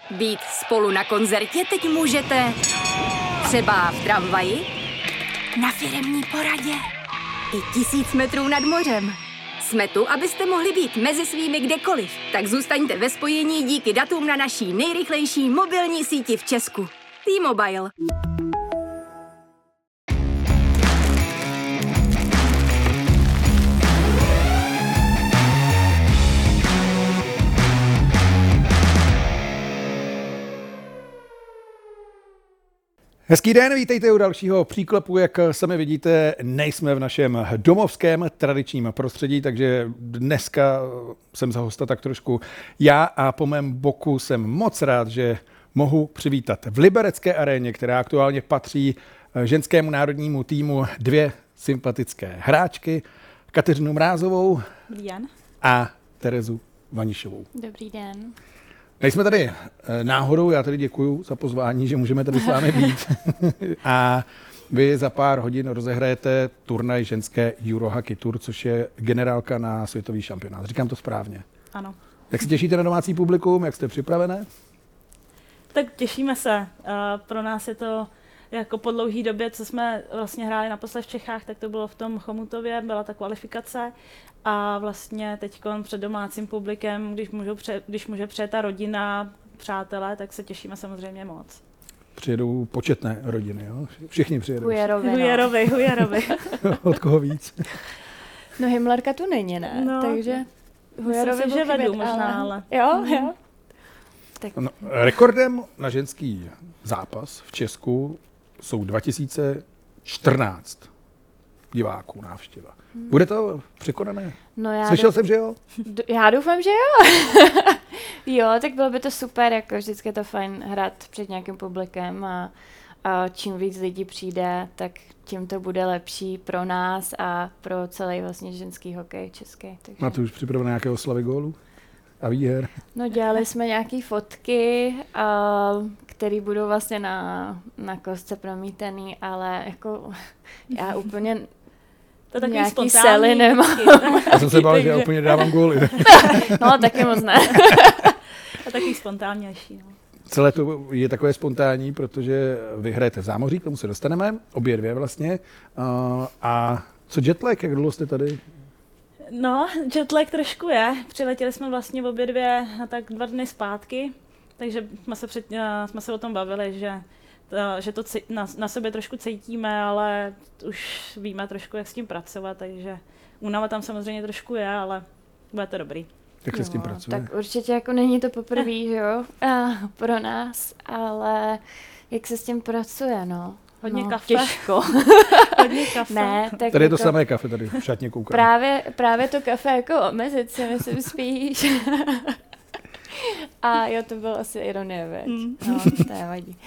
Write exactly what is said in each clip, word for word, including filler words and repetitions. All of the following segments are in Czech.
Být spolu na koncertě teď můžete třeba v tramvaji, na firemní poradě i tisíc metrů nad mořem. Jsme tu, abyste mohli být mezi svými kdekoliv. Tak zůstaňte ve spojení díky datům na naší nejrychlejší mobilní síti v Česku. T-Mobile. Hezký den, vítejte u dalšího příklepu. Jak sami vidíte, nejsme v našem domovském tradičním prostředí, takže dneska jsem za hosta tak trošku já a po mém boku jsem moc rád, že mohu přivítat v Liberecké aréně, která aktuálně patří ženskému národnímu týmu, dvě sympatické hráčky, Kateřinu Mrázovou a Terezu Vanišovou. Dobrý den. Nejsme tady náhodou, já tady děkuju za pozvání, že můžeme tady s vámi být. A vy za pár hodin rozehrajete turnaj ženské Eurohockey Tour, což je generálka na světový šampionát. Říkám to správně? Ano. Jak se těšíte na domácí publikum? Jak jste připravené? Tak těšíme se. Pro nás je to jako po dlouhé době, co jsme vlastně hráli naposled v Čechách, tak to bylo v tom Chomutově, byla ta kvalifikace. A vlastně teď před domácím publikem, když, můžou pře- když může přijet ta rodina, přátelé, tak se těšíme samozřejmě moc. Přijedou početné rodiny, jo? Všichni přijedou. Hujerovi, no. Hujerovi, hujerovi. Od koho víc? No Himlerka tu není, ne? No, Takže Hujerovi že vedu možná, ale... Jo, jo. Tak. No, rekordem na ženský zápas v Česku jsou dva tisíce čtrnáct diváků návštěva. Bude to překonané? No já Slyšel douf- jsem, že jo? D- já doufám, že jo. Jo, tak bylo by to super, jako vždycky je to fajn hrát před nějakým publikem a, a čím víc lidí přijde, tak tím to bude lepší pro nás a pro celý vlastně ženský hokej český. Takže... Máte už připravené nějaké oslavy gólu a výher? No dělali jsme nějaké fotky, a, které budou vlastně na, na kostce promítaný, ale jako já úplně... To takový nějaký spontánní. sely nemám. Já jsem se bál, že já úplně dávám góly. No, taky moc ne. To takový spontánnější. No. Celé to je takové spontánní, protože vy hrajete v zámoří, k tomu se dostaneme, obě dvě vlastně. Uh, a co jetlag, jak dlouho jste tady? No, jetlag trošku je. Přiletěli jsme vlastně obě dvě tak dva dny zpátky, takže jsme se, před, jsme se o tom bavili, že To, že to na, na sobě trošku cítíme, ale už víme trošku, jak s tím pracovat, takže únava tam samozřejmě trošku je, ale bude to dobrý. Jak se s tím pracuje? Tak určitě jako není to poprvé, že jo, a pro nás, ale jak se s tím pracuje, no. Hodně no, kafe. Těžko. Hodně kafe. Ne, tak tady je to jako samé kafe, tady v šatně koukám. Právě, právě to kafe jako omezit si myslím spíš. A jo, to bylo asi ironie, veď. Mm. No, to je vadí.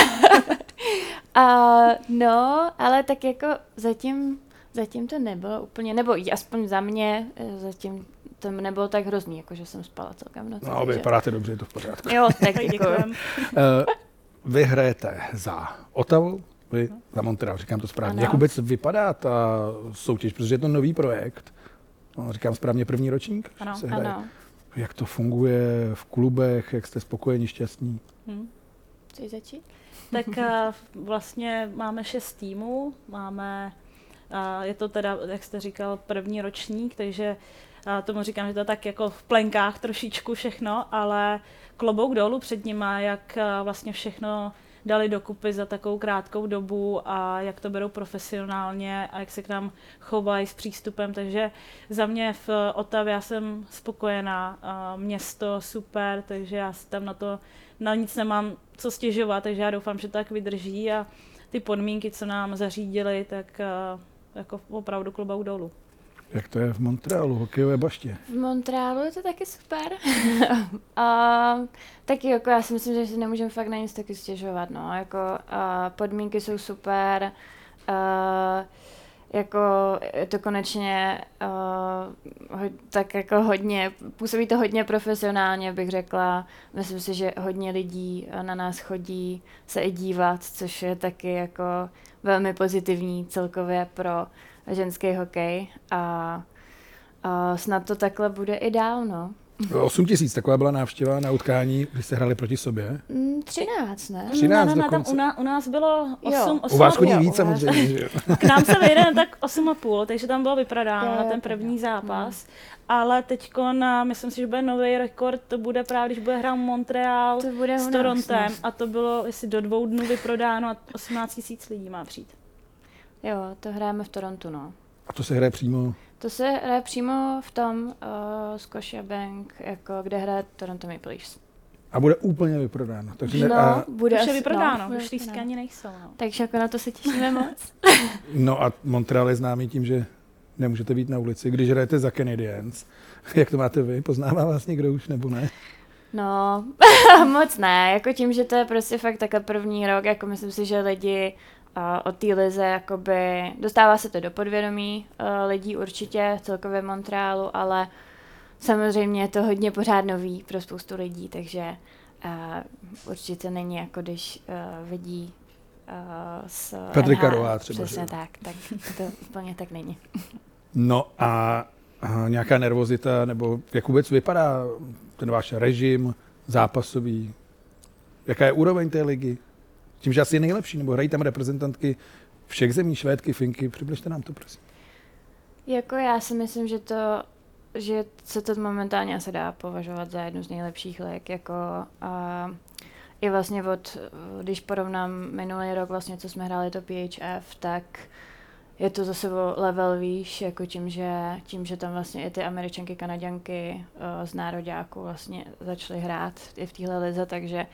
A, no, ale tak jako zatím, zatím to nebylo úplně, nebo aspoň za mě, zatím to nebylo tak hrozný, jako že jsem spala celkem noc. No, vy vypadáte dobře, je to v pořádku. Jo, tak děkuji. uh, vy hrajete za Ottawu, vy no. za Montreal, říkám to správně. Ano. Jak vůbec vypadá ta soutěž, protože je to nový projekt, no, říkám správně první ročník? Ano, ano. Jak to funguje v klubech, jak jste spokojeni, šťastní? Hmm. Chceš začít? Tak vlastně máme šest týmů, máme, je to teda, jak jste říkal, první ročník, takže tomu říkám, že to je tak jako v plenkách trošičku všechno, ale klobouk dolů před nima, jak vlastně všechno dali dokupy za takovou krátkou dobu a jak to berou profesionálně a jak se k nám chovají s přístupem. Takže za mě v Ottawě já jsem spokojená, město super, takže já si tam na to na nic nemám co stěžovat, takže já doufám, že to tak vydrží a ty podmínky, co nám zařídili, tak jako opravdu klobouk dolů. Jak to je v Montrealu, hokejové baště? V Montrealu je to taky super. a, taky jako já si myslím, že si nemůžeme fakt na nic taky stěžovat, no, jako a, podmínky jsou super, a, jako je to konečně uh, ho, tak jako hodně, působí to hodně profesionálně, bych řekla. Myslím si, že hodně lidí na nás chodí se i dívat, což je taky jako velmi pozitivní celkově pro ženský hokej a, a snad to takhle bude i dál, no. osm tisíc, taková byla návštěva na utkání, když jste hráli proti sobě. Mm, třináct, ne? třináct ne, ne, ne, tam dokonce. u, nás, u nás bylo osm, osm U vás a chodí půl. víc samozřejmě, že jo? K nám se vejde tak osm a půl, takže tam bylo vyprodáno Jo, na jo, ten tak první jo. zápas. Ale teďko na, myslím si, že bude nový rekord, to bude právě, když bude hrát Montreal To bude u s nás, Torontem no. a to bylo, jestli do dvou dnů vyprodáno a osmnáct tisíc lidí má přijít. Jo, to hrajeme v Torontu, no. A to se hraje přímo. To se hraje přímo v tom uh, Scotiabank, jako kde hraje Toronto Maple Leafs. A bude úplně vyprodáno. Takže ne, No, a, bude Už je asi- vyprodáno, bude už lístky vyprodáno. ani nejsou. No. Takže jako na to se těšíme moc. no a Montreal je známý tím, že nemůžete být na ulici, když hrajete za Canadiens. Jak to máte vy? Poznává vás někdo už nebo ne? No, moc ne, jako tím, že to je prostě fakt takhle první rok, jako myslím si, že lidi uh, o té lize, jakoby, dostává se to do podvědomí uh, lidí určitě, celkově v Montrealu, ale samozřejmě je to hodně pořád nový pro spoustu lidí, takže uh, určitě není jako když uh, vidí uh, s Patrika N H L, Roa třeba, přesně že? tak, tak to úplně tak není. No a, a nějaká nervozita, nebo jak vůbec vypadá ten váš režim zápasový? Jaká je úroveň té ligy? Tím, že asi je nejlepší, nebo hrají tam reprezentantky všech zemí, Švédky, Finky, přibližte nám to, prosím. Jako já si myslím, že to, že se to momentálně se dá považovat za jednu z nejlepších lig, jako a i vlastně od, když porovnám minulý rok vlastně, co jsme hráli to P H F, tak je to zase o level výš, jako tím, že, tím, že tam vlastně i ty Američanky, Kanaďanky uh, z nároďáku vlastně začaly hrát i v téhle lize, takže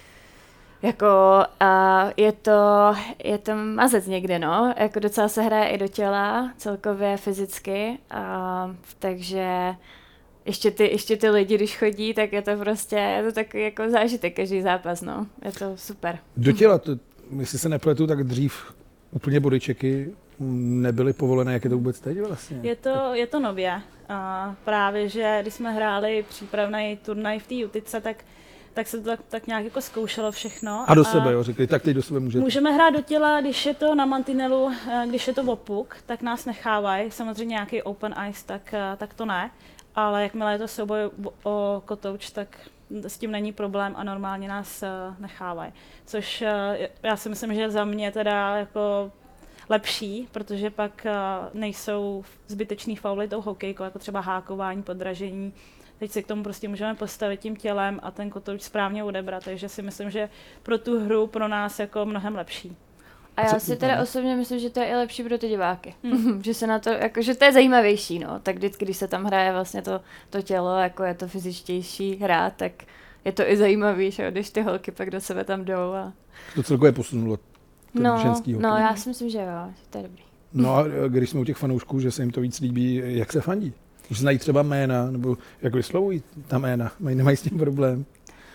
jako uh, je to, je to mazec někde, no, jako docela se hraje i do těla, celkově fyzicky, uh, takže ještě ty, ještě ty lidi, když chodí, tak je to prostě, je to takový jako zážitek každý zápas, no, je to super. Do těla, to, jestli se nepletu, tak dřív úplně bodyčeky nebyly povolené, jak je to vůbec teď vlastně? Je to, je to nově. A právě, že když jsme hráli přípravný turnaj v té Jutice, tak, tak se to tak, tak nějak jako zkoušelo všechno. A do sebe, jo, řekli, tak teď do sebe můžete. Můžeme hrát do těla, když je to na mantinelu, když je to opuk, tak nás nechávají. Samozřejmě nějaký open ice, tak, tak to ne. Ale jakmile je to souboj o kotouč, tak s tím není problém a normálně nás nechávají. Což já si myslím, že za mě teda jako lepší, protože pak nejsou zbytečný fauly tou hokejkou, jako třeba hákování, podražení. Teď se k tomu prostě můžeme postavit tím tělem a ten kotouč správně odebrat, takže si myslím, že pro tu hru pro nás jako mnohem lepší. A já si teda osobně myslím, že to je i lepší pro ty diváky. Hmm. že se na to, jako, že to je zajímavější, no. Tak vždycky, když se tam hraje vlastně to, to tělo, jako je to fyzičtější hra, tak je to i zajímavý, že když ty holky pak do sebe tam jdou. A... To celkově posunulo ten no, ženský hokej. No, já si myslím, že jo, že to je dobrý. No a když jsme u těch fanoušků, že se jim to víc líbí, jak se fandí? Už znají třeba jména, nebo jak vyslovují ta jména, mají, nemají s tím problém.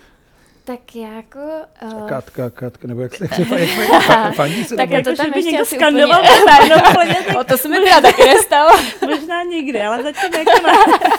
Tak jako... Uh... Katka, Katka, nebo jak se jak fandí se? Tak nebo... je to tam že by ještě někdo asi skandoval úplně... to jméno úplně, tak O to se mi teda taky nestalo. možná nikdy, ale zatím jako ne.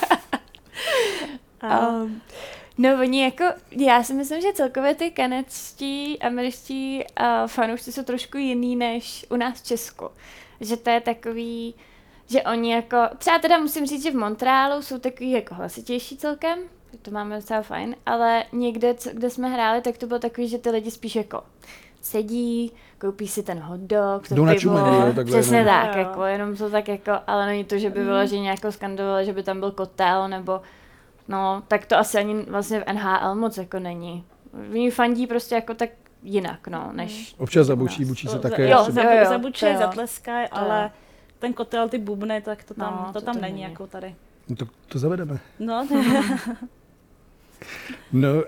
um, no oni jako, já si myslím, že celkově ty kanadští, američtí uh, fanoušci jsou trošku jiný než u nás v Česku. Že to je takový, že oni jako, třeba teda musím říct, že v Montrealu jsou takový jako hlasitější celkem, to máme docela fajn, ale někde, kde jsme hráli, tak to bylo takový, že ty lidi spíš jako sedí, koupí si ten hot dog, to Jdou na pivo, čumení, jo, takhle přesně jenom. tak, Jo. jako, jenom to tak jako, ale není to, že by bylo, že nějakou skandovali, že by tam byl kotel, nebo no, tak to asi ani vlastně v N H L moc jako není. Oni fandí prostě jako tak jinak, no, než... Občas zabučí, bučí se také. Jo, třeba- jo, jo, Zabučej, to jo. zatleskaj, To jo. ale ten kotel, ty bubny, tak to tam, No, to to tam to není není. jako tady. No to, to zavedeme. No, No, uh,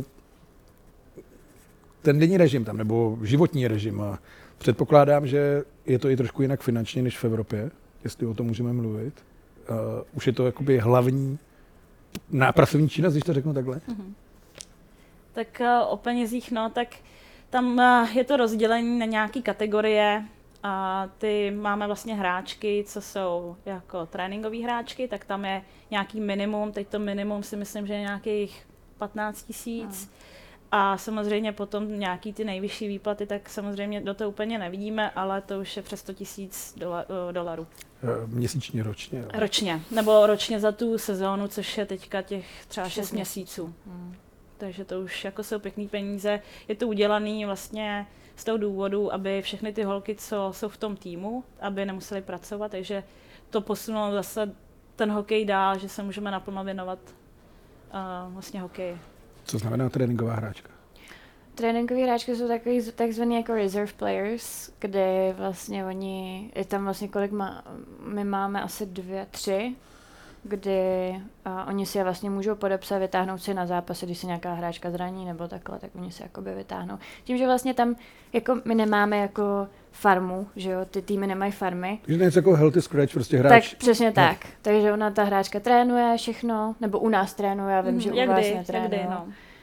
ten denní režim tam, nebo životní režim, a předpokládám, že je to i trošku jinak finančně než v Evropě, jestli o tom můžeme mluvit. Uh, už je to jakoby hlavní na pracovní činnost, když to řeknu takhle. Mhm. Tak uh, o penězích, no, tak tam uh, je to rozdělení na nějaké kategorie. A ty máme vlastně hráčky, co jsou jako tréninkové hráčky, tak tam je nějaký minimum, teď to minimum si myslím, že je nějakých patnáct tisíc. A samozřejmě potom nějaký ty nejvyšší výplaty, tak samozřejmě do toho úplně nevidíme, ale to už je přes sto tisíc dolarů. Měsíčně, ročně? Jo. Ročně, nebo ročně za tu sezónu, což je teďka těch třeba šest měsíců. Hmm. Takže to už jako jsou pěkný peníze. Je to udělaný vlastně z toho důvodu, aby všechny ty holky, co jsou v tom týmu, aby nemuseli pracovat, takže to posunulo zase ten hokej dál, že se můžeme naplno věnovat uh, vlastně hokeji. Co znamená tréninková hráčka? Tréninkové hráčky jsou takový takzvaný jako reserve players, kde vlastně oni, je tam vlastně kolik má, my máme asi dvě, tři, kdy a oni si je vlastně můžou podepsat, vytáhnout si na zápasy, když se nějaká hráčka zraní nebo takhle, tak oni si jakoby vytáhnou. Tím, že vlastně tam jako my nemáme jako farmu, že jo, ty týmy nemají farmy. Takže něco jako healthy scratch, prostě hráč. Tak přesně no. tak. Takže ona, ta hráčka trénuje všechno, nebo u nás trénuje, já vím, mm, že u vás netrénuje. No.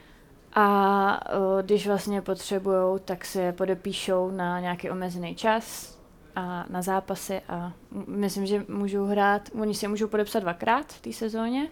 A o, když vlastně potřebujou, tak si je podepíšou na nějaký omezený čas a na zápasy a myslím, že můžou hrát, oni si je můžou podepsat dvakrát v té sezóně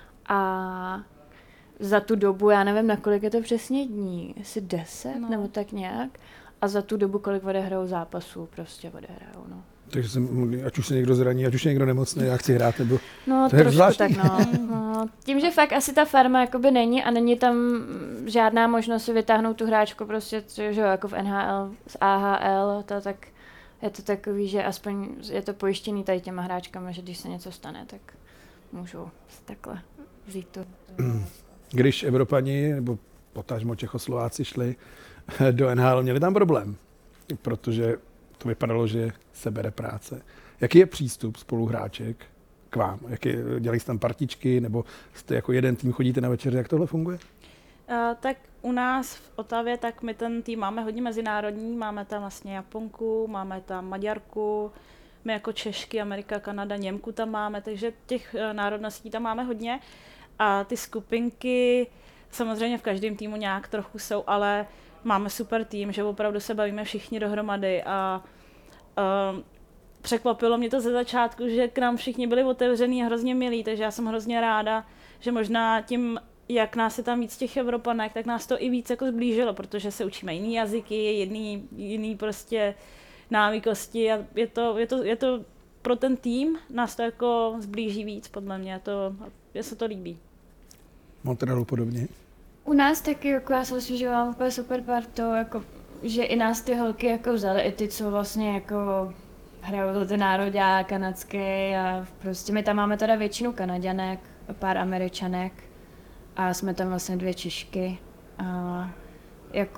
a za tu dobu, já nevím, na kolik je to přesně dní, asi deset no. nebo tak nějak a za tu dobu, kolik odehrajou zápasů, prostě odehrajou, no. Takže jsem, ať už se někdo zraní, ať už je někdo nemocný, já chci hrát, nebo... No to trošku tak, no. no. Tím, že fakt asi ta farma jakoby není a není tam žádná možnost si vytáhnout tu hráčku prostě, že jo, jako v N H L, z A H L, to tak je to takový, že aspoň je to pojištěný tady těma hráčkama, že když se něco stane, tak můžou takhle vzít tu. Když Evropani, nebo potažmo Čechoslováci šli do N H L, měli tam problém, protože to vypadalo, že se bere práce. Jaký je přístup spoluhráček k vám? Jak je, dělají tam partičky, nebo jste jako jeden tým, chodíte na večeře, jak tohle funguje? Uh, tak u nás v Otavě, tak my ten tým máme hodně mezinárodní, máme tam vlastně Japonku, máme tam Maďarku, my jako Češky, Amerika, Kanada, Němku tam máme, takže těch uh, národností tam máme hodně. A ty skupinky samozřejmě v každém týmu nějak trochu jsou, ale máme super tým, že opravdu se bavíme všichni dohromady a uh, překvapilo mě to ze začátku, že k nám všichni byli otevřený a hrozně milí, takže já jsem hrozně ráda, že možná tím, jak nás je tam víc těch Evropanek, tak nás to i víc jako zblížilo, protože se učíme jiný jazyky, jiný, jiný prostě návykosti a je to, je to, je to pro ten tým nás to jako zblíží víc, podle mě, to, mě se to líbí. Montrealu podobně? U nás taky, jako já si myslím, že mám úplně super parto, jako, že i nás ty holky jako vzaly, i ty, co vlastně jako hrajou ty národě kanadské a prostě my tam máme teda většinu Kanaďanek, pár Američanek a jsme tam vlastně dvě Češky a jako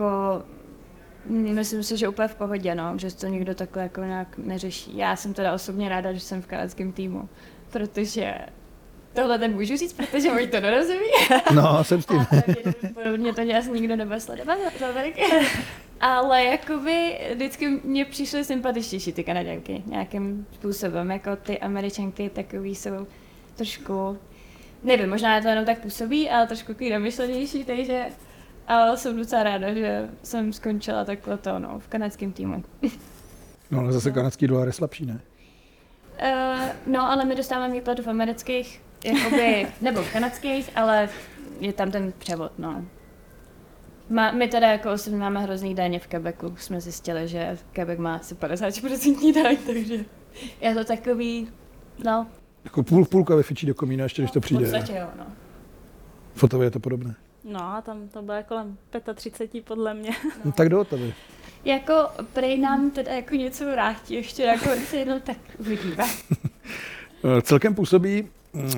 myslím si, že úplně v pohodě, no, že to nikdo takhle jako nějak neřeší. Já jsem teda osobně ráda, že jsem v kanadském týmu, protože tohle ten můžu říct, protože oni to nerozumí. No, jsem s tím. Podobně to asi nikdo nebude sledovat z Ameriky. Ale jakoby vždycky mě přišly sympatičtější ty Kanaďanky nějakým způsobem, jako ty Američanky takový jsou trošku, nevím, možná to jenom tak působí, ale trošku takový namyšlenější, takže ale jsem docela ráda, že jsem skončila takhle to, no, v kanadském týmu. No, ale zase kanadský dolar je slabší, ne? Uh, no, ale my dostáváme výplatu v amerických, jakoby, nebo v kanadských, ale je tam ten převod, no. Má, my teda jako osobně máme hrozný daně v Quebecu, jsme zjistili, že Quebec má asi padesát procent daň, takže je to takový, no. Jako půl půlka vyfičí do komína, ještě když to přijde. V podstatě jo, no. V Otavě je to podobné. No a tam to bylo kolem třicet pět podle mě. No, no tak do Otavy. Jako prej nám teda jako něco vrátí, ještě jako se jednou tak uvidíme. Celkem působí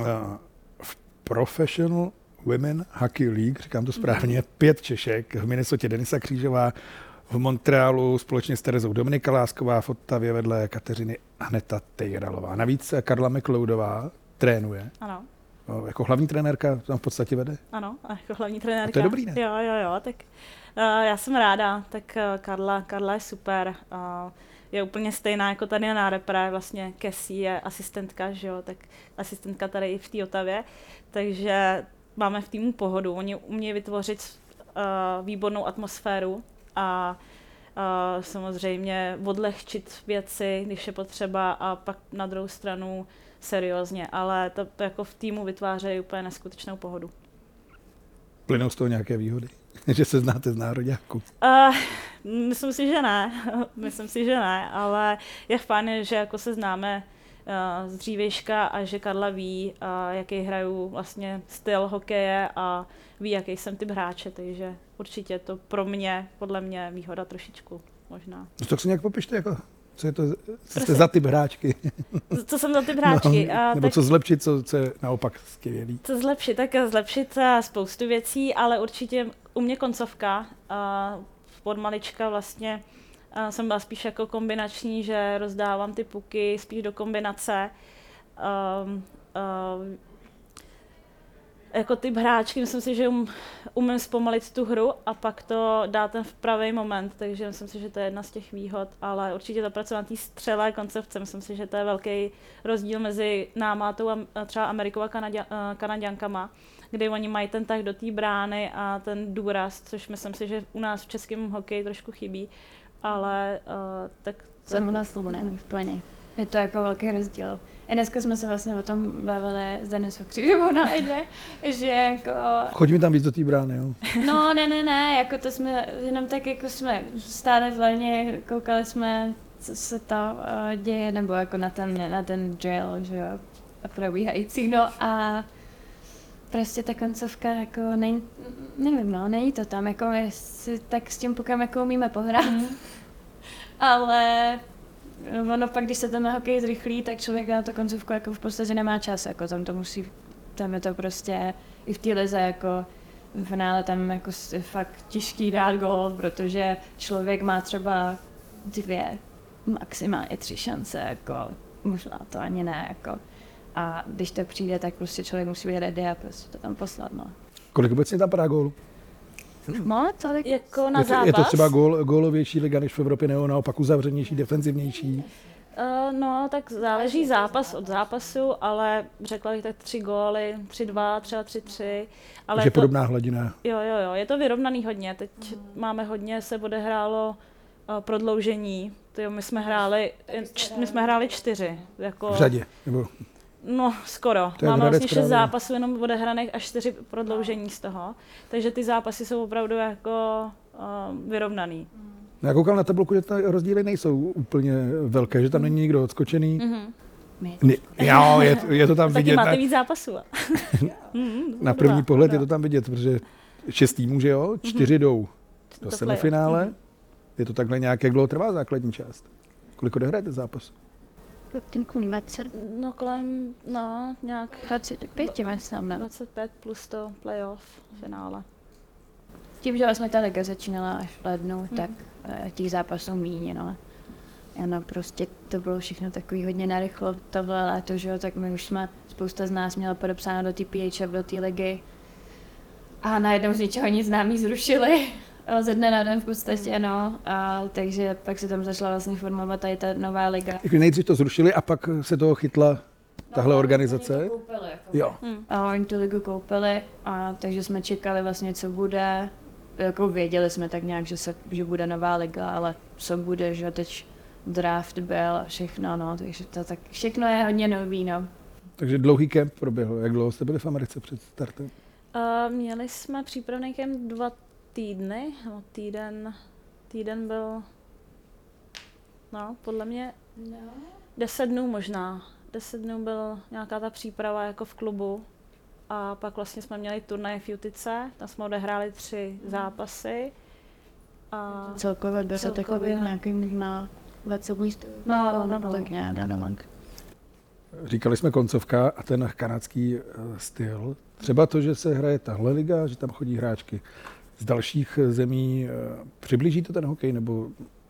v Professional Women Hockey League, říkám to správně, pět Češek, v Minnesotě Denisa Křížová, v Montrealu společně s Terezou Dominika Lásková, v Ottavě vedle Kateřiny Aneta Tejralová. Navíc Karla McLeodová trénuje. Ano. Jako hlavní trenérka tam v podstatě vede? Ano, jako hlavní trenérka. A to je dobrý, ne? Jo, jo, jo, tak uh, já jsem ráda, tak uh, Karla, Karla je super. Uh, je úplně stejná jako tady na repre, vlastně Cassie je asistentka, že jo, tak asistentka tady i v té Ottavě, takže máme v týmu pohodu. Oni umějí vytvořit uh, výbornou atmosféru a uh, samozřejmě odlehčit věci, když je potřeba, a pak na druhou stranu seriózně, ale to, to jako v týmu vytvářejí úplně neskutečnou pohodu. Plynou z toho nějaké výhody? Že se znáte z nároďáku. Uh, myslím si, že ne. myslím si, že ne, ale je fajn, že jako se známe uh, z dřívějška a že Karla ví, uh, jaký hraju vlastně styl hokeje a ví, jaký jsem typ hráče, takže určitě to pro mě, podle mě výhoda trošičku možná. No tak se nějak popište, jako, co je to, co jste za typ hráčky? Co jsem za typ hráčky? No, a, nebo tak, co zlepšit, co, co je naopak skvělý? Co zlepšit? Tak zlepšit spoustu věcí, ale určitě u mě koncovka. Uh, od malička vlastně uh, jsem byla spíš jako kombinační, že rozdávám ty puky spíš do kombinace. Um, uh, jako typ hráčky, myslím si, že um, umím zpomalit tu hru a pak to dá ten v pravý moment, takže myslím si, že to je jedna z těch výhod, ale určitě zapracovat na té střelé koncepce, myslím si, že to je velký rozdíl mezi náma a třeba Amerikou a Kanadě, Kanaďankama, kdy oni mají ten tah do té brány a ten důraz, což myslím si, že u nás v českém hokeji trošku chybí, ale uh, tak... Jsem u nás slovo, ne, úplně. Je to jako velký rozdíl. I dneska jsme se vlastně o tom bavili s Denisou Křížovou na Edě, že jako... Chodíme tam víc do té brány, jo? No, ne, ne, ne, jako to jsme, jenom tak jako jsme stále v léně, koukali jsme, co se to uh, děje, nebo jako na ten, na ten drill, že jo, probíhající, no a prostě ta koncovka jako není, nevím, no, není to tam, jako my si tak s tím pukem jako umíme pohrát, mm. ale... Ono pak, když se ten hokej zrychlí, tak člověk na to koncovku jako v podstatě nemá čas, jako tam to musí, tam je to prostě i v té lize jako v finále tam jako je fakt těžký dát gól, protože člověk má třeba dvě, maximálně tři šance, jako možná to ani ne, jako a když to přijde, tak prostě člověk musí být ready a prostě to tam poslat, no. Kolik obecně tam padá gólů? Moc, ale jako na je, to, zápas? je to třeba gól, gólovější liga než v Evropě, nebo naopak uzavřenější, defenzivnější? Uh, no, tak záleží zápas od zápasu, ale řekla bych tak tři góly, tři dva, třeba tři tři. Ale Takže to, podobná hladina. Jo, jo, jo, je to vyrovnaný hodně. Teď mm. máme hodně, se odehrálo uh, prodloužení. Tyjo, my jsme hráli, č, my jsme hráli čtyři. Jako, v řadě, nebo... No, skoro. Máme vlastně šest zápasů jenom odehraných a čtyři prodloužení z toho. Takže ty zápasy jsou opravdu jako uh, vyrovnaný. No, já koukal na tabulku, že ty rozdíly nejsou úplně velké, že tam není nikdo odskočený. Mm-hmm. Ne, jo, je, je to tam Taky vidět. máte na, víc zápasů. na první pohled je to tam vidět, protože šest týmů, že jo, čtyři mm-hmm. jdou do semifinále. Mm-hmm. Je to takhle nějak, jak dlouho trvá základní část? Kolik odehrajete zápas? dvacet No kolem, no, nějak dvacet pět, myslím, ne? dvacet pět plus to playoff finále. Tím, že vlastně ta liga začínala až v lednu, hmm. tak těch zápasů míň, no. Ano, prostě to bylo všechno takový hodně narychlo tohle léto, že jo, tak my už jsme, spousta z nás měla podepsáno do té P H F, do té ligy. A najednou z ničeho nic nám ji zrušili. Ze dne na den v podstatě, no. A, takže pak se tam začala vlastně formovat tady ta nová liga. Jako nejdřív to zrušili a pak se toho chytla tahle no, organizace? Oni to koupili, jako jo. Hmm. A oni tu ligu koupili, a takže jsme čekali vlastně, co bude. Jako věděli jsme tak nějak, že, se, že bude nová liga, ale co bude, že teď draft byl a všechno, no. Takže to tak všechno je hodně nový, no. Takže dlouhý kemp proběhl. Jak dlouho jste byli v Americe před startem? Uh, měli jsme přípravný kemp dva týdny, no, týden, týden byl, no, podle mě no. deset dnů možná. Deset dnů byl nějaká ta příprava jako v klubu a pak vlastně jsme měli turnaj v Jutice, tam jsme odehráli tři zápasy. A celkově byl to takový nějaký možná dvacet míst. No, no, no, tak nějak, no, Říkali jsme koncovka a ten kanadský uh, styl. Třeba to, že se hraje tahle liga, že tam chodí hráčky z dalších zemí, uh, přiblíží to ten hokej, nebo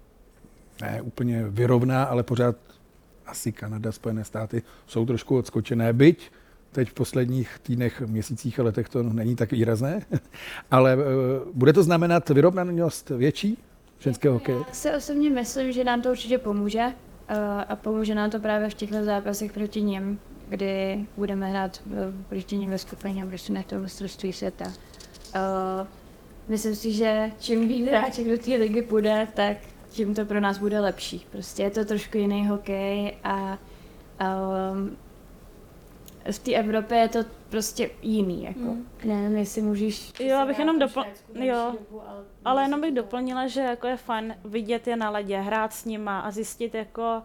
ne úplně vyrovná, ale pořád asi Kanada, Spojené státy jsou trošku odskočené, byť teď v posledních týdnech, měsících a letech to není tak výrazné, ale uh, bude to znamenat vyrovnanost větší ženského hokeje? Já si osobně myslím, že nám to určitě pomůže uh, a pomůže nám to právě v těchto zápasech proti nim, kdy budeme hrát uh, proti nim ve skupině, prostě na to mistrovství světa. Uh, myslím si, že čím víc hráček do té ligy půjde, tak tím to pro nás bude lepší. Prostě je to trošku jiný hokej a um, v té Evropě je to prostě jiný, jako. Mm. Nevím, jestli můžeš... Jo, abych jenom dopl... jo, dobu, ale, ale jenom bych doplnila, že jako je fajn vidět je na ledě, hrát s nima a zjistit jako,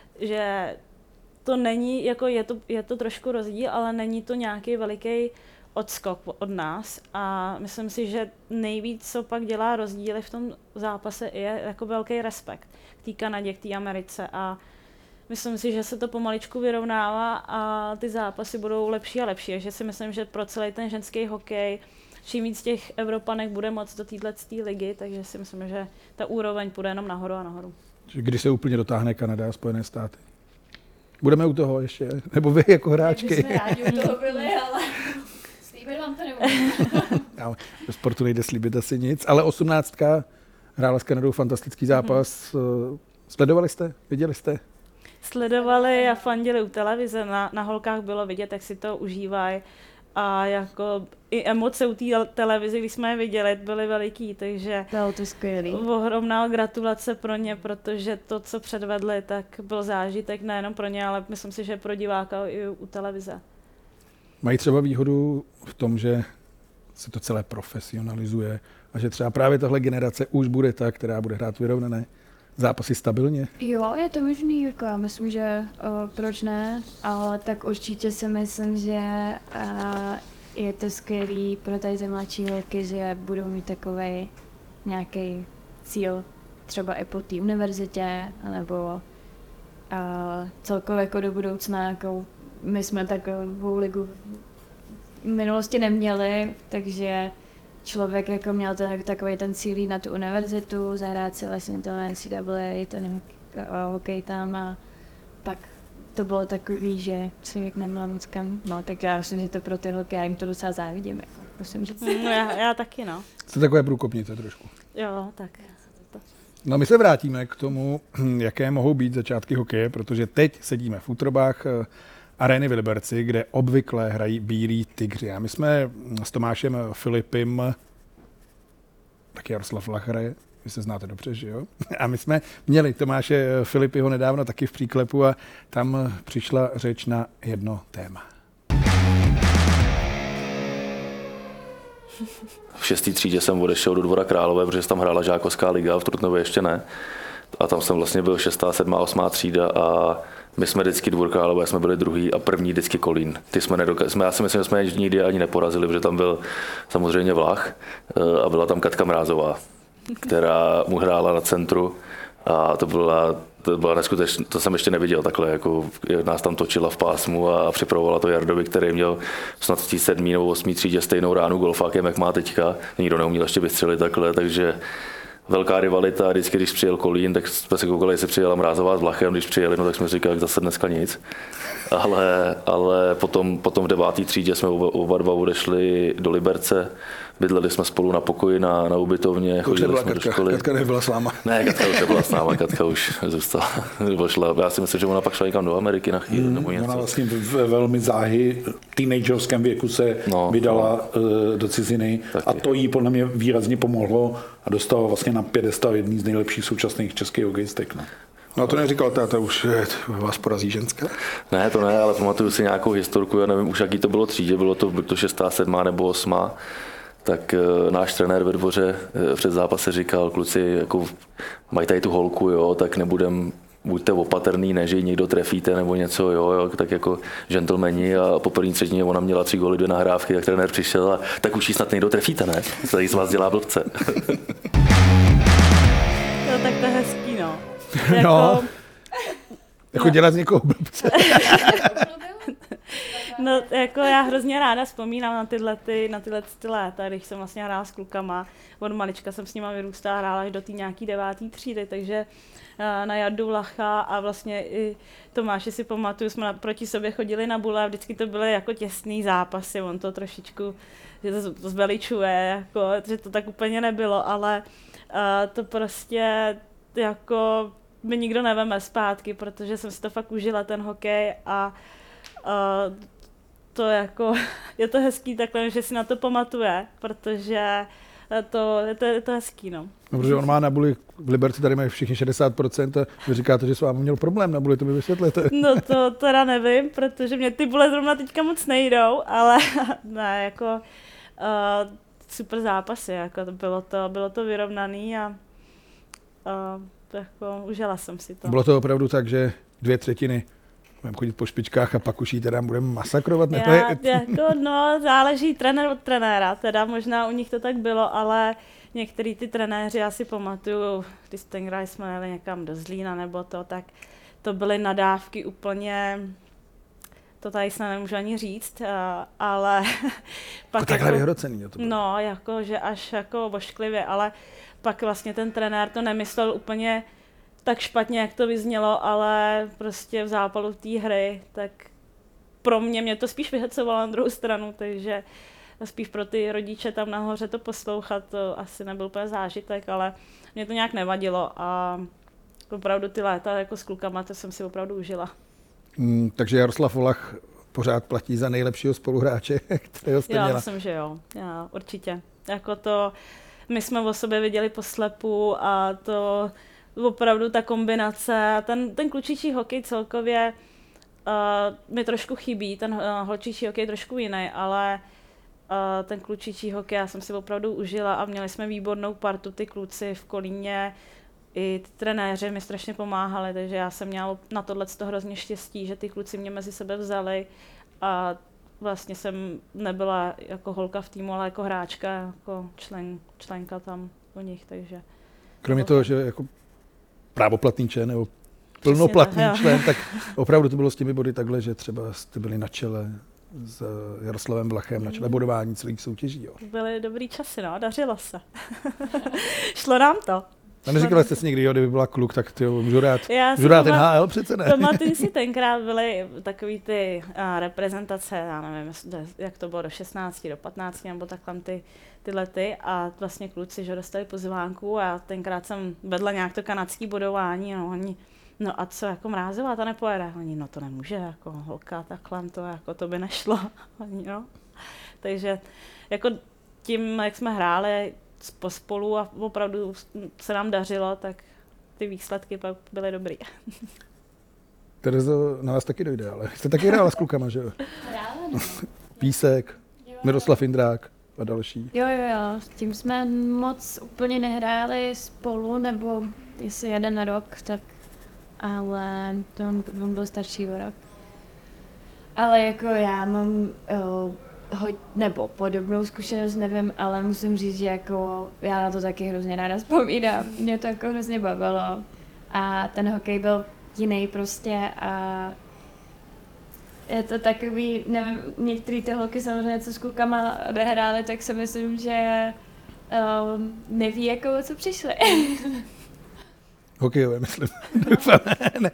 že to není, jako je to, je to trošku rozdíl, ale není to nějaký veliký odskok od nás a myslím si, že nejvíc, co pak dělá rozdíly v tom zápase, je jako velký respekt k té Kanadě, k té Americe a myslím si, že se to pomaličku vyrovnává a ty zápasy budou lepší a lepší, že si myslím, že pro celý ten ženský hokej čím víc těch Evropanek bude moc do této ligy, takže si myslím, že ta úroveň půjde jenom nahoru a nahoru. Kdy se úplně dotáhne Kanada a Spojené státy? Budeme u toho ještě? Nebo vy jako hráčky? My jsme rádi u toho byli, ale slíbit vám to nebudu. Do sportu nejde slíbit asi nic, ale osmnáctka hrála s Kanadou fantastický zápas. Hmm. Sledovali jste? Viděli jste? Sledovali a fandili u televize. Na, na holkách bylo vidět, jak si to užívají. A jako i emoce u té televize, když jsme je viděli, byly veliký, takže bylo to skvělý. Ohromná gratulace pro ně, protože to, co předvedli, tak byl zážitek nejenom pro ně, ale myslím si, že pro diváka i u televize. Mají třeba výhodu v tom, že se to celé profesionalizuje a že třeba právě tahle generace už bude ta, která bude hrát vyrovnané zápasy stabilně? Jo, je to možný, jako já myslím, že uh, proč ne, ale tak určitě si myslím, že uh, je to skvělý pro tady ty mladší holky, že budou mít takovej nějaký cíl třeba i po té univerzitě, nebo uh, celkově jako do budoucna, jako my jsme takovou ligu v minulosti neměli, takže člověk jako měl ten, takový ten cíl jít na tu univerzitu, zahrát si vlastně to N C A A, ten hokej tam a pak to bylo takový, že člověk neměl moc kam, no tak já myslím, že to pro ty holky, já jim to docela závidím, jako, musím říct. No, já, já taky, no. Jste takové průkopnice trošku. Jo, tak. No my se vrátíme k tomu, jaké mohou být začátky hokeje, protože teď sedíme v útrobách arény v Liberci, kde obvykle hrají bílí tygři. A my jsme s Tomášem Filipem, taky Jaroslav Lachare, vy se znáte dobře, že jo? A my jsme měli Tomáše Filipyho nedávno taky v příklepu a tam přišla řeč na jedno téma. V šestý třídě jsem odešel do Dvora Králové, protože tam hrála žákovská liga, v Trutnově ještě ne. A tam jsem vlastně byl šestá, sedmá, osmá třída a my jsme vždycky Dvor Králové, jsme byli druhý a první vždycky Kolín. Ty jsme nedokázali, já si myslím, že jsme je nikdy ani neporazili, protože tam byl samozřejmě Vlach a byla tam Katka Mrázová, která mu hrála na centru a to byla, to byla neskutečná, to jsem ještě neviděl takhle, jako nás tam točila v pásmu a připravovala to Jardovi, který měl snad v té sedmý nebo osmý třídě stejnou ránu golfákem, jak má teďka. Nikdo neuměl ještě vystřelit takhle, takže velká rivalita. Vždycky, když přijel Kolín, tak jsme se koukali, jestli přijela Mrázová s Vlachem, když přijeli, no tak jsme říkali, zase dneska nic. Ale, ale potom, potom v devátý třídě jsme oba, oba dva odešli do Liberce, bydleli jsme spolu na pokoji na, na ubytovně, chodili jsme Katka, do školy. Katka nebyla s náma. Ne, Katka už nebyla s náma, Katka už zůstala. Šla. Já si myslím, že ona pak šla někam do Ameriky na chvíli mm, nebo něco. Ona vlastně ve velmi záhy teenagerovském věku se no, vydala no. do ciziny taky. A to jí podle mě výrazně pomohlo a dostala vlastně na pědestal jedný z nejlepších současných českých hokejistek. No. No to neříkal táta, už vás porazí ženská? Ne, to ne, ale pamatuju si nějakou historku, já nevím už jaký to bylo třídě, bylo to, bylo to šestá, sedmá nebo osmá. Tak e, náš trenér ve Dvoře e, před zápase říkal, kluci, jako, mají tady tu holku, jo, tak nebudem, buďte opatrný, ne, že ji někdo trefíte nebo něco, jo, jo, tak jako gentlemani a po první třetině ona měla tři góly, dvě nahrávky, tak trenér přišel a tak už ji snad někdo trefíte, ne? Tady z vás dělá blbce. No tak to je hezký, no. Jako, no, jako dělat z někoho blbce. No, jako já hrozně ráda vzpomínám na tyhle, ty, na tyhle ty léta, když jsem vlastně hrála s klukama. Od malička jsem s nima vyrůstala, hrála až do té nějaký devátý třídy, takže na Jardu Vlacha a vlastně i Tomáši si pamatuju, jsme proti sobě chodili na bule a vždycky to byly jako těsný zápasy, on to trošičku že to zveličuje, jako, že to tak úplně nebylo, ale to prostě jako mi nikdo neveme zpátky, protože jsem si to fakt užila, ten hokej a uh, to jako, je to hezký takhle, že si na to pamatuje, protože to, to, je to hezký, no. No, protože on má na Buli, v Liberci tady mají všichni šedesát procent a vy říkáte, že s vámi měl problém na Buli, to mi vysvětlete. No to teda nevím, protože mě ty bule zrovna teďka moc nejdou, ale ne, jako uh, super zápasy, jako to bylo to, bylo to vyrovnaný a uh, jako užila jsem si to. Bylo to opravdu tak, že dvě třetiny budeme chodit po špičkách a pak už jí teda budeme masakrovat? Ne? Já, jako, no, záleží trenér od trenéra, teda možná u nich to tak bylo, ale některý ty trenéři, já si pamatuju, když tenkrát jsme jeli někam do Zlína nebo to, tak to byly nadávky úplně, to tady se nemůžu ani říct, ale pak jako takhle vyhrocený. To bylo. No, jako, že až jako ošklivě, ale pak vlastně ten trenér to nemyslel úplně tak špatně, jak to vyznělo, ale prostě v zápalu té hry, tak pro mě, mě to spíš vyhecovalo na druhou stranu, takže spíš pro ty rodiče tam nahoře to poslouchat, to asi nebyl úplně zážitek, ale mě to nějak nevadilo a opravdu ty léta jako s klukama, to jsem si opravdu užila. Mm, takže Jaroslav Volach pořád platí za nejlepšího spoluhráče, kterého jste Já měla. myslím, že jo, já, určitě. Jako to, my jsme o sobě viděli poslepu a to opravdu ta kombinace, ten, ten klučičí hokej celkově uh, mi trošku chybí, ten uh, holčičí hokej je trošku jiný, ale uh, ten klučičí hokej já jsem si opravdu užila a měli jsme výbornou partu, ty kluci v Kolíně, i ty trenéři mi strašně pomáhali, takže já jsem měla na tohle toho hrozně štěstí, že ty kluci mě mezi sebe vzali a vlastně jsem nebyla jako holka v týmu, ale jako hráčka, jako člen, členka tam u nich, takže... Kromě toho, že jako právoplatný člen nebo plnoplatný tak, člen, tak opravdu to bylo s těmi body takhle, že třeba jste byli na čele s Jaroslavem Vlachem, na čele bodování celých soutěží. Jo. Byly dobrý časy, no, dařilo se. Šlo nám to. A neříkala jste si někdy, jo, kdyby byla kluk, tak ty můžu rád, Já můžu rád ten H L přece ne. Pamatuju si, tenkrát byly takový ty a, reprezentace, já nevím, jak to bylo do šestnácti, do patnácti, nebo takhle ty, tyhle ty a vlastně kluci, že dostali pozvánku a tenkrát jsem vedla nějak to kanadský bodování, no oni, no a co, jako Mrázová, ta nepojede, oni, no to nemůže, jako holka, takhle, to, jako to by nešlo, oni, no. Takže jako tím, jak jsme hráli pospolu a opravdu se nám dařilo, tak ty výsledky pak byly dobrý. Terezo, na vás taky dojde, ale jste taky hrála s klukama, že jo? Písek, Miroslav Indrák a další. Jo, jo, jo, s tím jsme moc úplně nehráli spolu, nebo jestli jeden rok, tak, ale to on, on byl starší o rok. Ale jako já mám uh, Hoď, nebo podobnou zkušenost, nevím, ale musím říct, že jako já na to taky hrozně ráda vzpomínám. Mě to jako hrozně bavilo a ten hokej byl jiný prostě a je to takový, nevím, některý ty holky samozřejmě, co s klukama odehrály, tak si myslím, že um, neví, jako o co přišli. Hokejové, myslím. ne.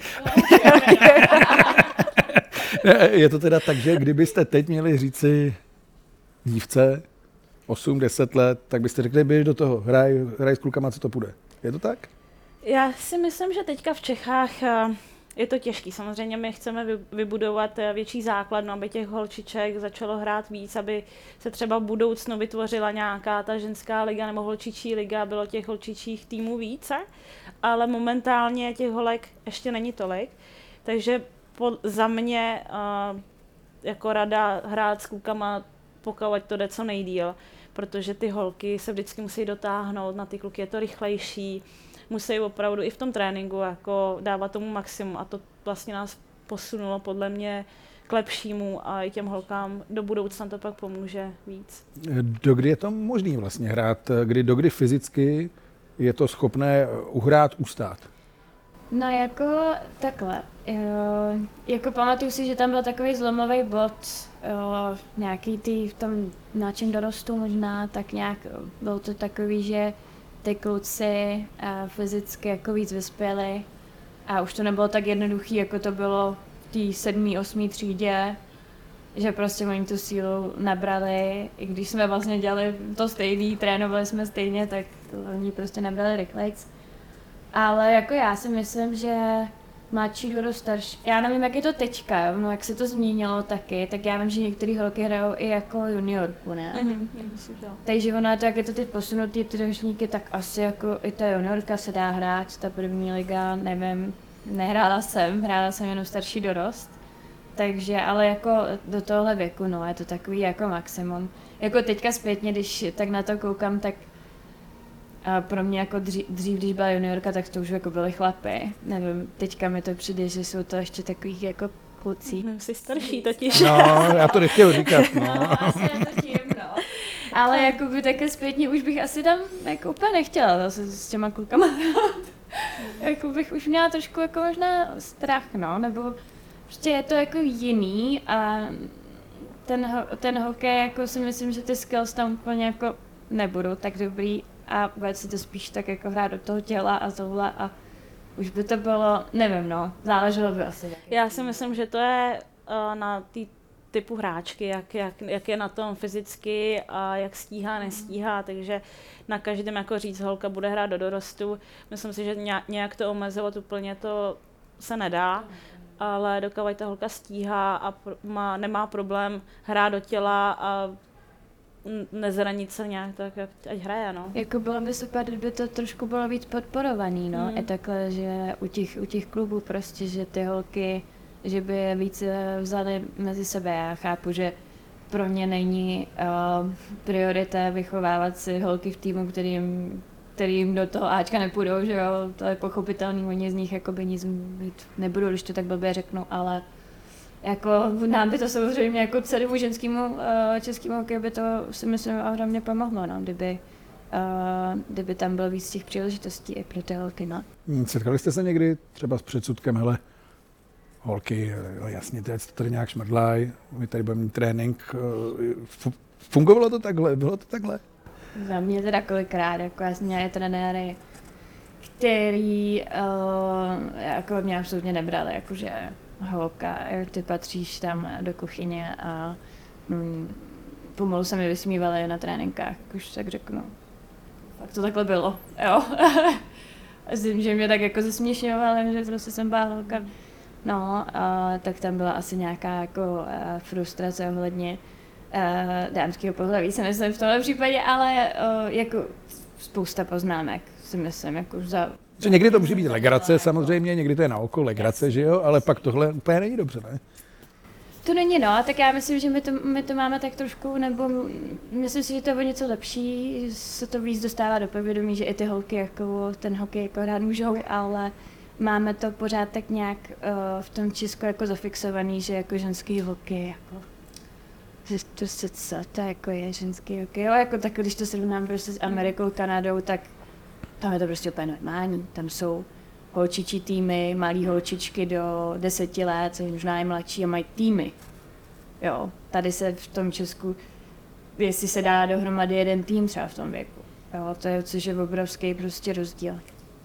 Je to teda tak, že kdybyste teď měli říci dívce, osm deset let, tak byste řekli, běž do toho, hraj, hraj s klukama, co to půjde. Je to tak? Já si myslím, že teďka v Čechách je to těžký. Samozřejmě my chceme vybudovat větší základnu, aby těch holčiček začalo hrát víc, aby se třeba v budoucnu vytvořila nějaká ta ženská liga nebo holčičí liga, bylo těch holčičích týmů více, ale momentálně těch holek ještě není tolik. Takže po, za mě uh, jako rada hrát s klukama, pokud to jde co nejdýl, protože ty holky se vždycky musí dotáhnout, na ty kluky je to rychlejší, musí opravdu i v tom tréninku jako dávat tomu maximum a to vlastně nás posunulo podle mě k lepšímu a i těm holkám do budoucna to pak pomůže víc. Dokdy je to možný vlastně hrát, kdy dokdy fyzicky je to schopné uhrát, ustát? No jako takhle, jo, jako pamatuju si, že tam byl takový zlomový bod, jo, nějaký tý v tom načem dorostu možná, tak nějak byl to takový, že ty kluci fyzicky jako víc vyspěli a už to nebylo tak jednoduchý, jako to bylo v té sedmý, osmý třídě, že prostě oni tu sílu nabrali, i když jsme vlastně dělali to stejný, trénovali jsme stejně, tak oni prostě nabrali rychlejc. Ale jako já si myslím, že mladší dorost, starší. Já nevím, jak je to teďka, no jak se to změnilo taky, tak já vím, že některé holky hrajou i jako juniorku, ne? Mm-hmm. Takže ona, tak je to teď posunutý ty ročníky, tak asi jako i ta juniorka se dá hrát, ta první liga, nevím, nehrála jsem, hrála jsem jenom starší dorost. Takže, ale jako do tohohle věku, no, je to takový jako maximum. Jako teďka zpětně, když tak na to koukám, tak a pro mě jako dřív, dřív, když byla juniorka, tak to už jako byly chlapy. Nevím, teďka mi to přijde, že jsou to ještě takových jako kluci. Hmm, jsi starší totiž. No, já to nechtěl říkat, no. No, asi je to tím, no. Ale jako by také zpětně už bych asi tam jako úplně nechtěla zase s těma klukama. Jako bych už měla trošku jako možná strach, no, nebo prostě je to jako jiný a ten, ten hokej, jako si myslím, že ty skills tam úplně jako nebudou tak dobrý a bude si to spíš tak jako hrát do toho těla a tohle a už by to bylo, nevím, no, záleželo by asi. Já si myslím, že to je uh, na té typu hráčky, jak, jak, jak je na tom fyzicky a jak stíhá, nestíhá, takže na každém jako říct, holka bude hrát do dorostu. Myslím si, že nějak to omezovat úplně to se nedá, ale dokud ta holka stíhá a má, nemá problém hrát do těla a nezranit se nějak, tak ať hraje, no. Jako bylo by super, kdyby to trošku bylo víc podporovaný, no. Mm. I takhle, že u těch, u těch klubů prostě, že ty holky, že by je víc vzali mezi sebe. Já chápu, že pro mě není uh, priorita vychovávat si holky v týmu, kterým, kterým do toho Ačka nepůjdou, že jo, to je pochopitelný, oni z nich jakoby nic mít nebudou, když to tak blbě řeknu, ale jako nám by to samozřejmě jako celému ženskému uh, českému hokeji by to si myslím ohromně pomohlo, no, kdyby, uh, kdyby tam bylo víc těch příležitostí i pro ty holky, no. Setkali jste se někdy třeba s předsudkem, hele, holky, jo, jasně, teď to tady nějak šmrdlají, my tady budeme mít trénink. Fungovalo to takhle? Bylo to takhle? Za mě teda kolikrát, jako já jsem měla trenéry, který uh, jako mě absolutně nebrali, jakože holka, ty patříš tam do kuchyně a mm, pomalu se mi vysmívali na tréninkách, už tak řeknu. Fakt to takhle bylo, jo. Myslím, že mě tak jako zesměšňovali, že prostě jsem byla holka. No, uh, tak tam byla asi nějaká jako uh, frustrace ohledně uh, dámského pohlaví, si myslím v tomhle případě, ale uh, jako spousta poznámek si myslím, jako za... Že někdy to může být legrace samozřejmě, někdy to je na oko legrace, že jo, ale pak tohle úplně není dobře, ne? To není, no, tak já myslím, že my to, my to máme tak trošku, nebo myslím si, že to je o něco lepší, se to víc dostává do povědomí, že i ty holky jako ten hokej jako hrát můžou, ale máme to pořád tak nějak uh, v tom Česku jako zafixovaný, že jako ženský hokej, jako, že to se co, to jako je ženský hokej, jo, jako tak, když to srovnám prostě s Amerikou, Kanadou, tak tam je to prostě úplně normální, tam jsou holčičí týmy, malý holčičky do deseti let, což možná je mladší a mají týmy, jo, tady se v tom Česku, jestli se dá dohromady jeden tým třeba v tom věku, jo, to je, což je obrovský prostě rozdíl.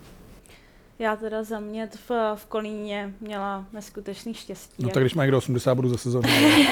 Já teda za mě v, v Kolíně měla neskutečný štěstí. No tak když má někdo osmdesát bodů za sezónu.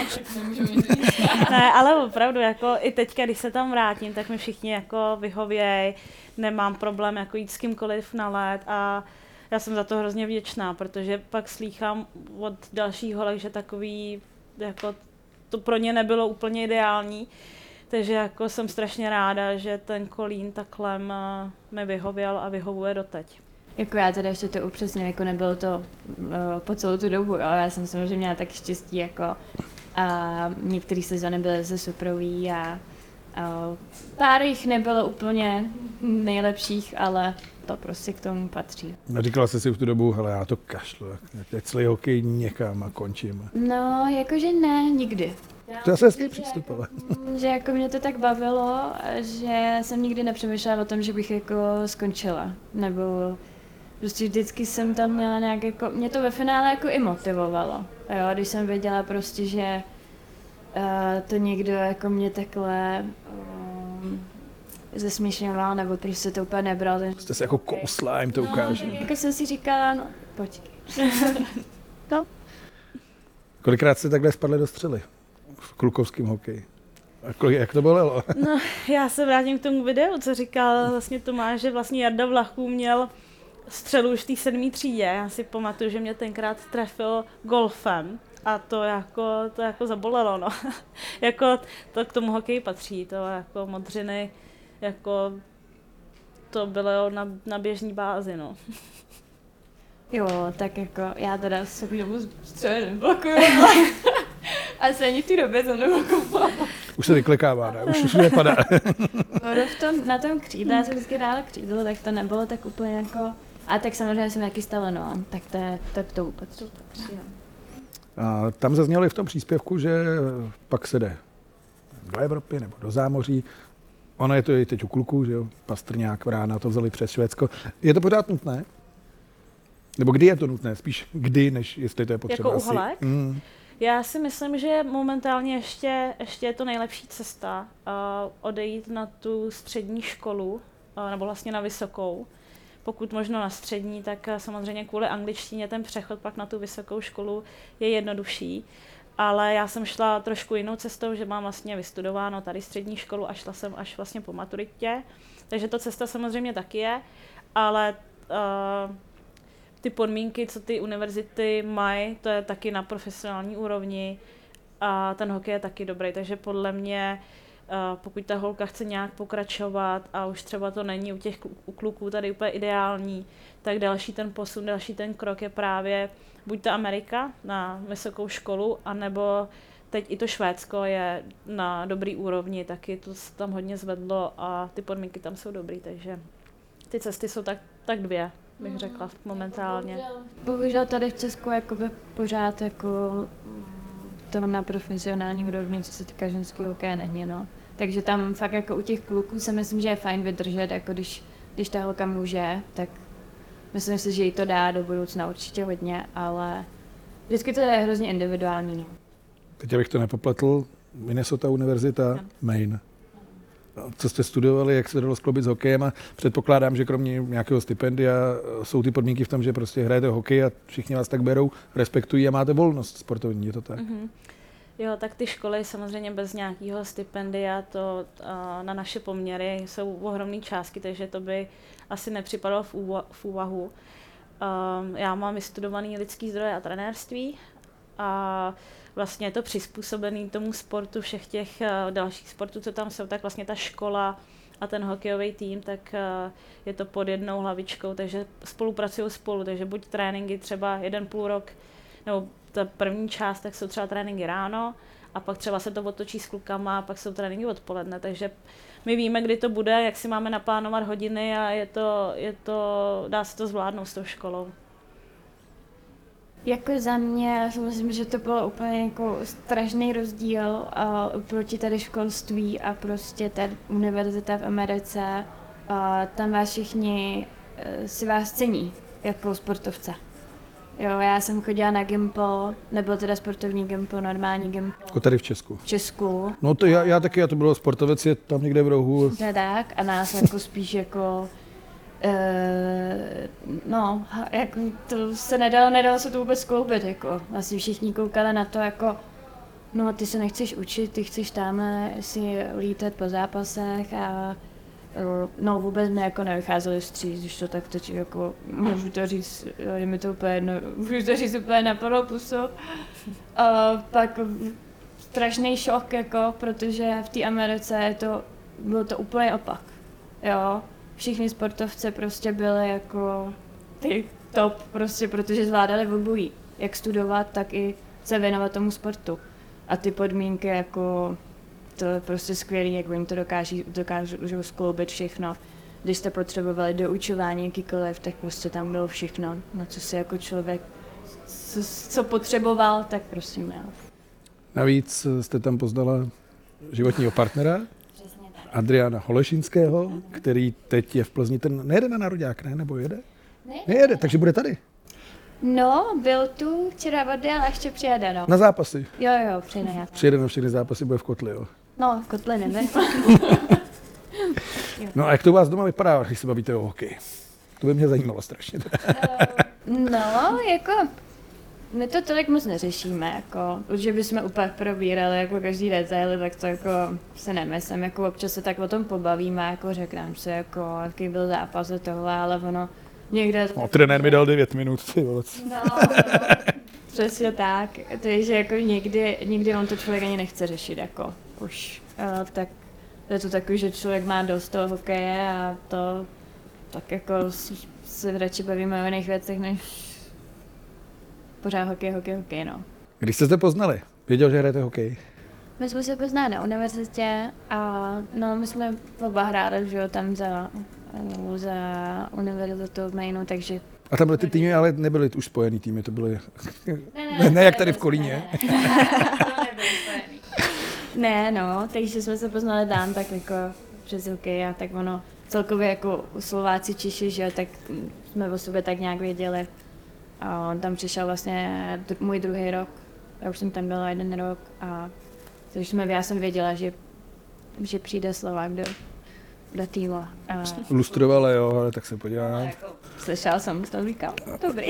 Ne, ale opravdu, jako i teďka, když se tam vrátím, tak mi všichni jako vyhověj, nemám problém jako jít s kýmkoliv na let a já jsem za to hrozně vděčná, protože pak slýchám od dalších holek, že takový, jako to pro ně nebylo úplně ideální, takže jako jsem strašně ráda, že ten Kolín takhle mi vyhověl a vyhovuje doteď. Jako já teda ještě to upřesně, jako nebylo to uh, po celou tu dobu, jo. Já jsem samozřejmě měla tak štěstí, jako a některé sezóny byly ze superový a, a pár jich nebylo úplně nejlepších, ale to prostě k tomu patří. Říkala jsi si v tu dobu, hele, já to kašlu, teď celý hokej někam a končím. No, jakože ne, nikdy. To je asi hezký přístup, ale. Že jako mě to tak bavilo, že jsem nikdy nepřemýšlela o tom, že bych jako skončila, nebo prostě vždycky jsem tam měla nějak jako, mě to ve finále jako i motivovalo, jo, když jsem věděla prostě, že uh, to někdo jako mě takhle um, zesměšňoval, nebo prostě to úplně nebral. Ten... Jste se jako kousla, jim to ukáže. No, jako jsem si říkala, no, počkej. No. Kolikrát jste takhle spadli do střely v klukovském hokeji? A kolik, jak to bolelo? No, já se vrátím k tomu videu, co říkal vlastně Tomáš, že vlastně Jarda Vlachů měl střelu už v té sedmé třídě. Já si pamatuju, že mě tenkrát trefil golfem a to jako, to jako zabolelo, no. Jako to k tomu hokeji patří, to jako modřiny, jako to bylo na, na běžný bázi, no. Jo, tak jako já teda se k tomu střele neblokuju, asi ani v té době to neblokuju. Už se vyklekává, ne? Už, už nepadá. No, v tom, na tom křídle, já jsem vždycky dále křídlo, tak to nebylo tak úplně jako... A tak samozřejmě jsem taky stala, no, tak to je to, to vůbec. A tam zaznělo i v tom příspěvku, že pak se jde do Evropy nebo do zámoří. Ono je to i teď u kluků, že jo, Pastrňák, Vrána to vzali přes Švédsko. Je to pořád nutné? Nebo kdy je to nutné? Spíš kdy, než jestli to je potřeba? Jako uhlek? Mm. Já si myslím, že momentálně ještě, ještě je to nejlepší cesta uh, odejít na tu střední školu, uh, nebo vlastně na vysokou. Pokud možno na střední, tak uh, samozřejmě kvůli angličtině ten přechod pak na tu vysokou školu je jednodušší. Ale já jsem šla trošku jinou cestou, že mám vlastně vystudováno tady střední školu a šla jsem až vlastně po maturitě. Takže to cesta samozřejmě taky je, ale uh, ty podmínky, co ty univerzity mají, to je taky na profesionální úrovni a ten hokej je taky dobrý, takže podle mě, pokud ta holka chce nějak pokračovat a už třeba to není u těch u kluků tady úplně ideální, tak další ten posun, další ten krok je právě buď ta Amerika na vysokou školu, anebo teď i to Švédsko je na dobrý úrovni, taky to tam hodně zvedlo a ty podmínky tam jsou dobrý, takže ty cesty jsou tak, tak dvě, bych řekla momentálně. Bohužel, bohužel tady v Česku jakoby pořád jako to na profesionální úrovni, co se týká ženského hokeje, není, no. Takže tam fakt jako u těch kluků se myslím, že je fajn vydržet, jako když, když ta holka může, tak myslím si, že jí to dá do budoucna určitě hodně, ale vždycky to je hrozně individuální, no. Teď abych to nepopletl, Minnesota univerzita, Maine. Co jste studovali, jak se dalo skloubit s hokejem a předpokládám, že kromě nějakého stipendia jsou ty podmínky v tom, že prostě hrajete hokej a všichni vás tak berou, respektují a máte volnost sportovní, je to tak? Mm-hmm. Jo, tak ty školy samozřejmě bez nějakého stipendia, to uh, na naše poměry jsou ohromné částky, takže to by asi nepřipadalo v, úva- v úvahu. Um, já mám vystudovaný lidský zdroje a trenérství a vlastně je to přizpůsobený tomu sportu, všech těch uh, dalších sportů, co tam jsou, tak vlastně ta škola a ten hokejový tým, tak uh, je to pod jednou hlavičkou, takže spolupracují spolu, takže buď tréninky třeba jeden půl rok, nebo ta první část, tak jsou třeba tréninky ráno a pak třeba se to otočí s klukama a pak jsou tréninky odpoledne, takže my víme, kdy to bude, jak si máme naplánovat hodiny a je to, je to, dá se to zvládnout s tou školou. Jako za mě, já si myslím, že to bylo úplně jako strašný rozdíl uh, proti tady školství a prostě ta univerzita v Americe. Uh, tam vás všichni uh, si vás cení jako sportovce. Jo, já jsem chodila na gimpo, nebyl teda sportovní gimpo, normální gimpo. Jako tady v Česku. V Česku. No to já, já taky, já to bylo sportovec, je tam někde v rohu. To tak a nás jako spíš jako Uh, no, jako to se nedalo, nedalo se to vůbec skloubit, jako vlastně všichni koukali na to, jako no ty se nechceš učit, ty chceš tamhle si lítat po zápasech a uh, no vůbec mi jako nevycházeli vstříc, když to tak teď jako můžu to říct, je mi to úplně jedno, můžu to říct úplně na plnou pusu. Uh, pak strašný šok, jako, protože v té Americe je to, bylo to úplně opak, jo. Všichni sportovci prostě byli jako ty top, prostě, protože zvládali obojí, jak studovat, tak i se věnovat tomu sportu. A ty podmínky, jako, to je prostě skvělý, jak oni to dokáží, dokážou skloubit všechno. Když jste potřebovali doučování jakýkoliv, tak prostě tam bylo všechno, na co si jako člověk, co, co potřeboval, tak prostě měl. Navíc jste tam poznala životního partnera, Adriana Holešinského, který teď je v Plzni, ten nejede na nároďák, ne? Nebo jede? Nejede. Nejede, takže bude tady. No, byl tu, včera odjel a ještě přijede, no. Na zápasy? Jo, jo, přijede. Přijede na všechny zápasy, bude v Kotli, jo? No, v Kotli ne. No a jak to u vás doma vypadá, když se bavíte o hokeji? To by mě zajímalo strašně. No, jako... My to tolik moc neřešíme, jako, že bychom úplně probírali jako každý detail, tak to jako se nemyslím, jako občas se tak o tom pobavíme, jako řekneme si, jako, jaký byl zápas a tohle, ale ono někde... No, trenér mi dal devět minut, ty vole. No, přesně tak. Takže jako někdy, někdy on to člověk ani nechce řešit, jako už. Uh, tak je to takový, že člověk má dost toho hokeje a to tak jako se radši bavíme o jiných věcech, než pořád hokej, hokej, hokej, no. Když jste se poznali, věděl, že hrajete hokej? My jsme se poznali na univerzitě a no, my jsme oba hráli, že jo, tam za, za univerzitu v Mainu, takže... A tam byly ty týmy, ale nebyly už spojený týmy, to byly... Ne, ne, ne, ne jak tady v Kolíně. Ne, ne, ne, no, takže jsme se poznali dám tak jako přes hokej a tak ono celkově jako Slováci, Češi, že jo, tak jsme o sobě tak nějak věděli. A on tam přišel vlastně dr- můj druhý rok, já už jsem tam byla jeden rok a takže jsme, já jsem věděla, že, že přijde Slovák do, do týmu. A... Lustrovala, jo, ale tak se podívám. Jako, slyšel jsem, to říkal, dobrý.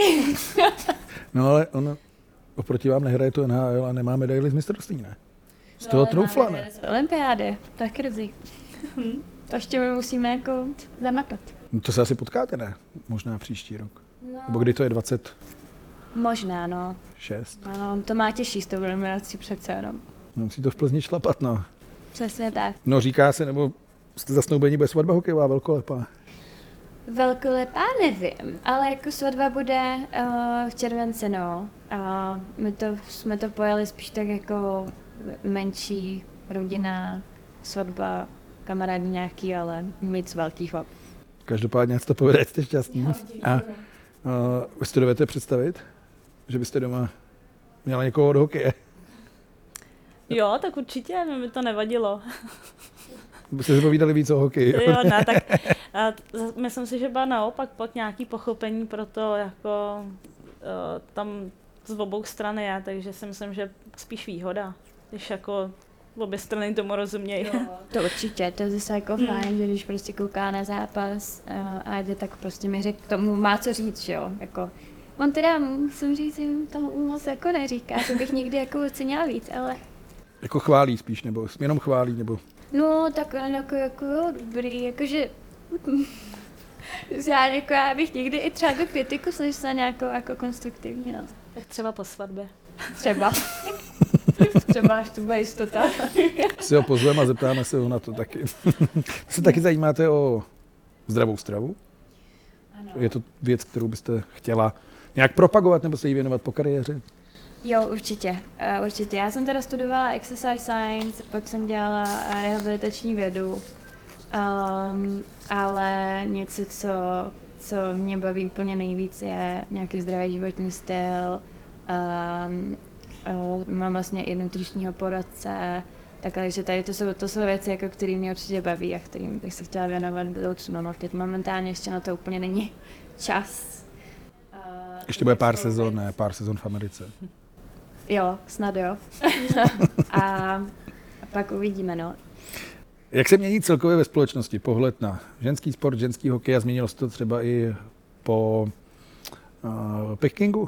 No ale on oproti vám nehraje tu N H L a nemá medaili z mistrovství, ne? Z toho no, troufla, ne? Z olympiády, to je krzí. To ještě my musíme jako zamakat. No to se asi potkáte, ne? Možná příští rok. No. Nebo kdy to je dvacet? Možná, no. Šest. No, to má těžší s tou eliminací přece jenom. Musí to v Plzni šlapat, no. Přesně tak. No říká se, nebo jste zasnoubení bez svatba hokejová velkolepá? Velkolepá nevím, ale jako svatba bude uh, v červenci, no. A my to, jsme to pojeli spíš tak jako menší rodina, svatba, kamarádi nějaký, ale nic velkýho. Každopádně to povede, jste šťastný. A uh, vy si to dovedete představit, že byste doma měla někoho od hokeje? Jo, tak určitě, mi by to nevadilo. Byste si povídali víc o hokeji. Jo, ne, tak a, myslím si, že byla naopak pod nějaký pochopení pro to, jako uh, tam z obou strany je, takže si myslím, že spíš výhoda, když jako obě strany tomu rozumějí. To určitě, to je zase jako hmm. fajn, že když prostě kouká na zápas uh, a jde, tak prostě mi řek, tomu má co říct, že jo, jako on teda, musím říct, že tomu moc jako neříká, to bych někdy jako ocenila víc, ale... Jako chválí spíš, nebo jenom chválí, nebo... No, tak jako, jako jo, dobrý, jakože... já, jako, já bych někdy i třeba jako kritiku slyšela nějakou jako konstruktivní, no. Tak třeba po svatbě. Třeba. Třeba až to bude jistota. Si ho pozveme a zeptáme se ho na to taky. se taky zajímáte o zdravou stravu? Ano. Je to věc, kterou byste chtěla nějak propagovat nebo se jí věnovat po kariéře? Jo, určitě, uh, určitě. Já jsem teda studovala exercise science, pak jsem dělala rehabilitační vědu, um, ale něco, co, co mě baví úplně nejvíc, je nějaký zdravý životní styl. Um, uh, mám vlastně i nutričního poradce, takže tady to jsou, to jsou věci, jako, které mě určitě baví a kterým bych se chtěla věnovat do budoucnu. No, teď momentálně ještě na to úplně není čas. Uh, ještě bude pár sezon, ne? Pár sezon v Americe. Jo, snad jo. a, a pak uvidíme, no. Jak se mění celkově ve společnosti pohled na ženský sport, ženský hokej a změnilo se to třeba i po uh, Pekingu?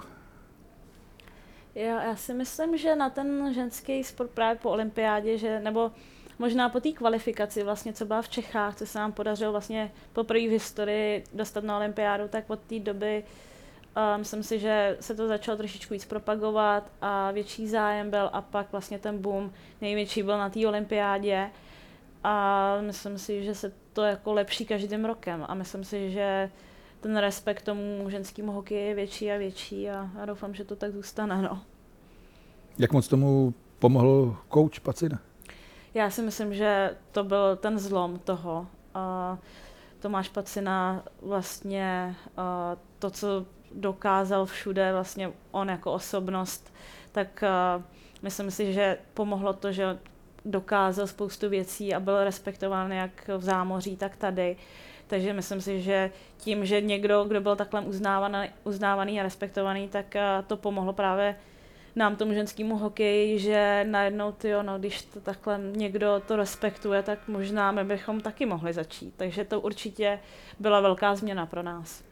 Já, já si myslím, že na ten ženský sport právě po olympiádě, že, nebo možná po té kvalifikaci, vlastně, co byla v Čechách, co se nám podařilo vlastně poprvé v historii dostat na olympiádu, tak od té doby uh, myslím si, že se to začalo trošičku víc propagovat a větší zájem byl a pak vlastně ten boom největší byl na té olympiádě a myslím si, že se to jako lepší každým rokem a myslím si, že ten respekt tomu ženskému hokeji je větší a větší a, a doufám, že to tak zůstane. No. Jak moc tomu pomohl kouč Pacina? Já si myslím, že to byl ten zlom toho. Uh, Tomáš Pacina vlastně uh, to, co dokázal všude, vlastně on jako osobnost, tak uh, myslím si, že pomohlo to, že dokázal spoustu věcí a byl respektován jak v zámoří, tak tady. Takže myslím si, že tím, že někdo, kdo byl takhle uznávaný, uznávaný a respektovaný, tak to pomohlo právě nám, tomu ženskému hokeji, že najednou, tyjo, no, když to takhle někdo to respektuje, tak možná my bychom taky mohli začít. Takže to určitě byla velká změna pro nás.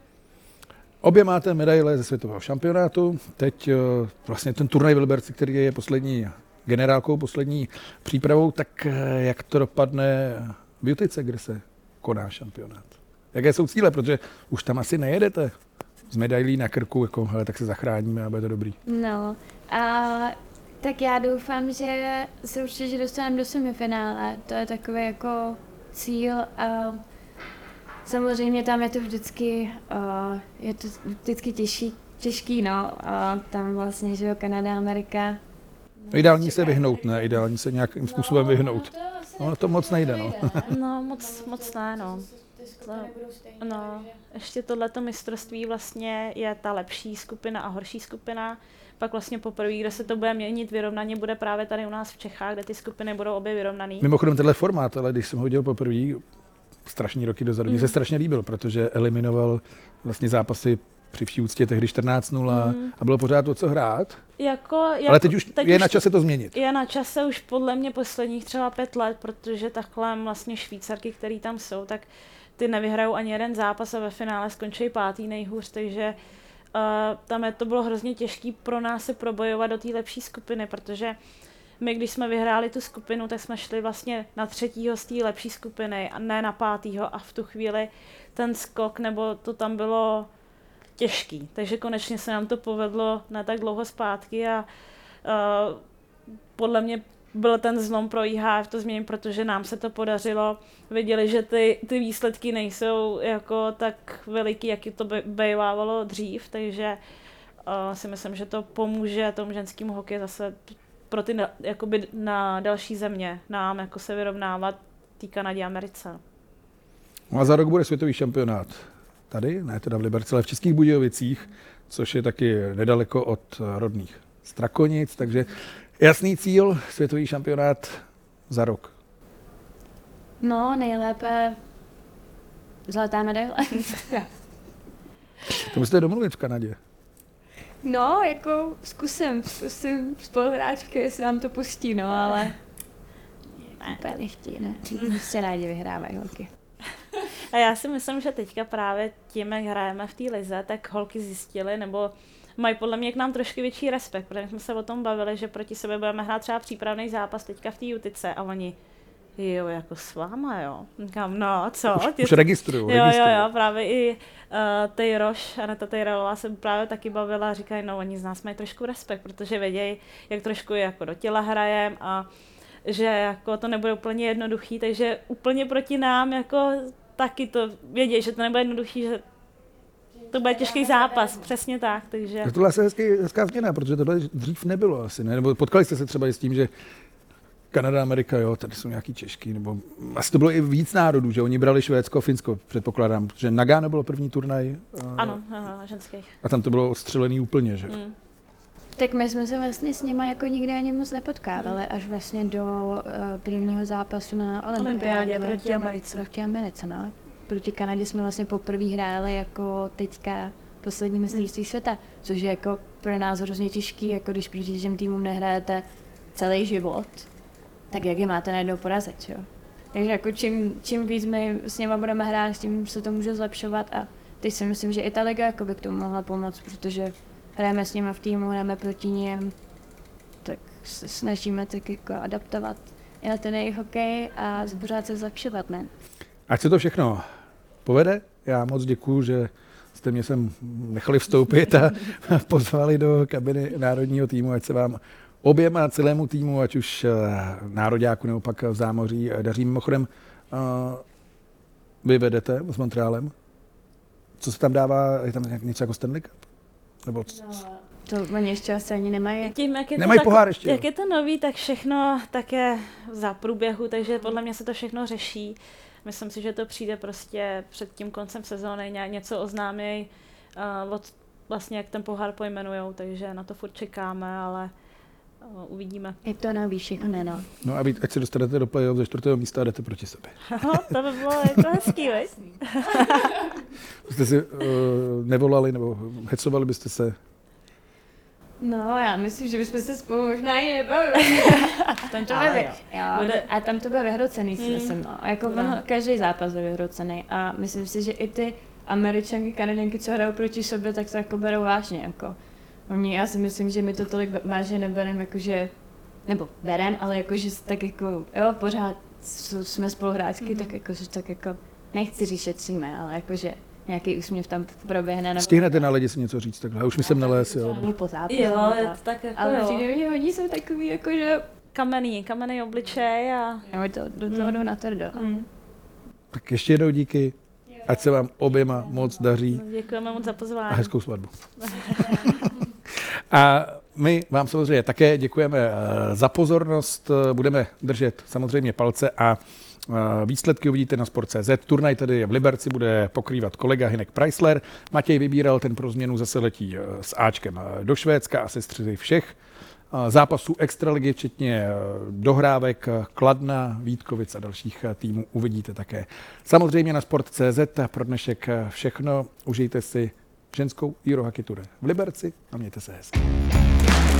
Obě máte medaile ze světového šampionátu. Teď vlastně ten turnaj v Liberci, který je poslední generálkou, poslední přípravou, tak jak to dopadne v Jutice, kde se koná šampionát? Jaké jsou cíle, protože už tam asi nejedete s medailí na krku, jako, hele, tak se zachráníme a bude to dobrý. No, a tak já doufám, že se určitě dostaneme do semifinále. To je takový jako cíl. A samozřejmě tam je to vždycky, uh, je to vždycky těžší, těžký, no. A tam vlastně, že jo, Kanada, Amerika. No, ideální se vyhnout, ne? Ideální se nějakým způsobem vyhnout. No, to moc nejde, no. No, moc, moc ne, no. No, ještě tohleto mistrovství vlastně je ta lepší skupina a horší skupina. Pak vlastně poprvé, kde se to bude měnit vyrovnaně, bude právě tady u nás v Čechách, kde ty skupiny budou obě vyrovnaný. Mimochodem tenhle formát, ale když jsem ho dělal poprvé, strašný roky dozadu, mm. mě se strašně líbil, protože eliminoval vlastně zápasy při vší úctě tehdy čtrnáct nula mm. a bylo pořád o co hrát. Jako, jako, ale teď už teď je už na čase to změnit. Je na čase už podle mě posledních třeba pět let, protože takhle vlastně Švýcarky, který tam jsou, tak ty nevyhrajou ani jeden zápas a ve finále skončí pátý nejhůř, takže uh, tam je, to bylo hrozně těžké pro nás se probojovat do té lepší skupiny, protože my, když jsme vyhráli tu skupinu, tak jsme šli vlastně na třetího z té lepší skupiny a ne na pátýho a v tu chvíli ten skok, nebo to tam bylo těžký. Takže konečně se nám to povedlo na tak dlouho zpátky a uh, podle mě byl ten zlom pro I H F to změnit, protože nám se to podařilo. Viděli, že ty, ty výsledky nejsou jako tak veliký, jak to bývávalo dřív, takže uh, si myslím, že to pomůže tomu ženskému hokeji zase pro ty jakoby na další země nám jako se vyrovnávat té Kanadě a Americe. No a za rok bude světový šampionát. Tady, ne teda v Liberci, ale v Českých Budějovicích, což je taky nedaleko od rodných Strakonic, takže jasný cíl, světový šampionát za rok. No, nejlépe zlatá medaile. To musíte domluvit v Kanadě. No, jako zkusím, zkusím spoluhráčky, jestli nám to pustí, no, ale ne, úplně nechtějí, ne. Se rádi vyhrávají holky. A já si myslím, že teďka právě tím, jak hrajeme v té lize, tak holky zjistily, nebo mají podle mě k nám trošku větší respekt, protože jsme se o tom bavili, že proti sobě budeme hrát třeba přípravný zápas teďka v té Jutice a oni, jo, jako s váma, jo. Říkám, no, co? Už, už registruju, jo, registruju. Jo, jo, právě i uh, Tejroš, Aneta Tejralová se právě taky bavila a říkají, no, oni z nás mají trošku respekt, protože vědějí, jak trošku jako do těla hrajem a že jako to nebude úplně jednoduchý, takže úplně proti nám jako taky to vědějí, že to nebude jednoduchý, že to bude těžký zápas, přesně tak, takže... To je hezký, hezká změna, protože tohle dřív nebylo asi, ne? Nebo potkali jste se třeba i s tím, že Kanada, Amerika, jo, tady jsou nějaký Češky, nebo asi to bylo i víc národů, že oni brali Švédsko, Finsko, předpokládám, protože Nagano bylo první turnaj. Ano, aha, ženský. A tam to bylo odstřelený úplně, že? Mm. Tak my jsme se vlastně s nima jako nikdy ani moc nepotkávali, až vlastně do uh, prvního zápasu na olympiádě proti Americe. Proti Americe, no. Proti Kanadě jsme vlastně poprvé hráli jako teďka poslední mistrovství světa, což je jako pro nás hrozně těžký, jako když proti těm týmům nehrajete celý život, tak jak je máte najednou porazit, jo. Takže jako čím, čím víc my s nima budeme hrát, tím se to může zlepšovat a teď si myslím, že i ta liga jako by k tomu mohla pomoct, protože hrajeme s nimi v týmu, hrajeme proti nim, tak se snažíme tak jako adaptovat i na ten jejich hokej a pořád se zlepšovat, ne? Ať se to všechno povede, já moc děkuju, že jste mě sem nechali vstoupit a pozvali do kabiny národního týmu, ať se vám oběma celému týmu, ať už nároďáku nebo pak v zámoří daří. Mimochodem, vy vedete s Montrealem? Co se tam dává? Je tam něco jako Stanley Cup? Nebo c- No, to oni ještě asi ani nemají. Tím, jak je Nemají to pohár tak, ještě, jak jo. je to nový, tak všechno tak je za průběhu, takže podle mě se to všechno řeší. Myslím si, že to přijde prostě před tím koncem sezóny, něco oznámí, uh, od, vlastně jak ten pohár pojmenujou, takže na to furt čekáme, ale uh, uvidíme. Je to nový, všechno ne, no. No a vy, ať se dostanete do play-off ze čtvrtého místa a jdete proti sobě. To by bylo jako hezký, veď? Jste si uh, nevolali nebo hecovali byste se? No, já myslím, že bychom se spolu možná i nebavili. tam to bude, jo, bude, a tam to bude vyhrocený, si myslím, no. Jako ono, každý zápas je vyhrocený a myslím si, že i ty Američanky, Kanaděnky, co hrajou proti sobě, tak to jako berou vážně, jako. Oni, já si myslím, že my to tolik vážně nebereme, jakože, nebo berem, ale jakože tak jako, jo, pořád jsme spoluhráčky, mm-hmm. tak jako, že tak jako nechci říct šetříme, ale jakože nějaký úsměv tam proběhne. Nebo... Stihnete na ledě si něco říct takhle, už myslím na les, jo. Po zápasu, jo, ale tak jako ale jo. přijde mi, hodí jsou takový jakože... Kamenný, kamenný obličej a... Jo, to, do toho jdu na trdo. Mm. Tak ještě jednou díky, ať se vám oběma moc daří. Děkujeme moc za pozvání. A hezkou svatbu. A my vám samozřejmě také děkujeme za pozornost. Budeme držet samozřejmě palce a výsledky uvidíte na sport tečka cé zet. Turnaj tedy v Liberci bude pokrývat kolega Hinek Preissler. Matěj vybíral, ten pro změnu zase letí s Ačkem do Švédska a sestři všech zápasů extraligy, včetně dohrávek Kladna, Vítkovic a dalších týmů uvidíte také. Samozřejmě na sport tečka cé zet. Pro dnešek všechno. Užijte si ženskou Eurohockey Tour v Liberci a mějte se hezky.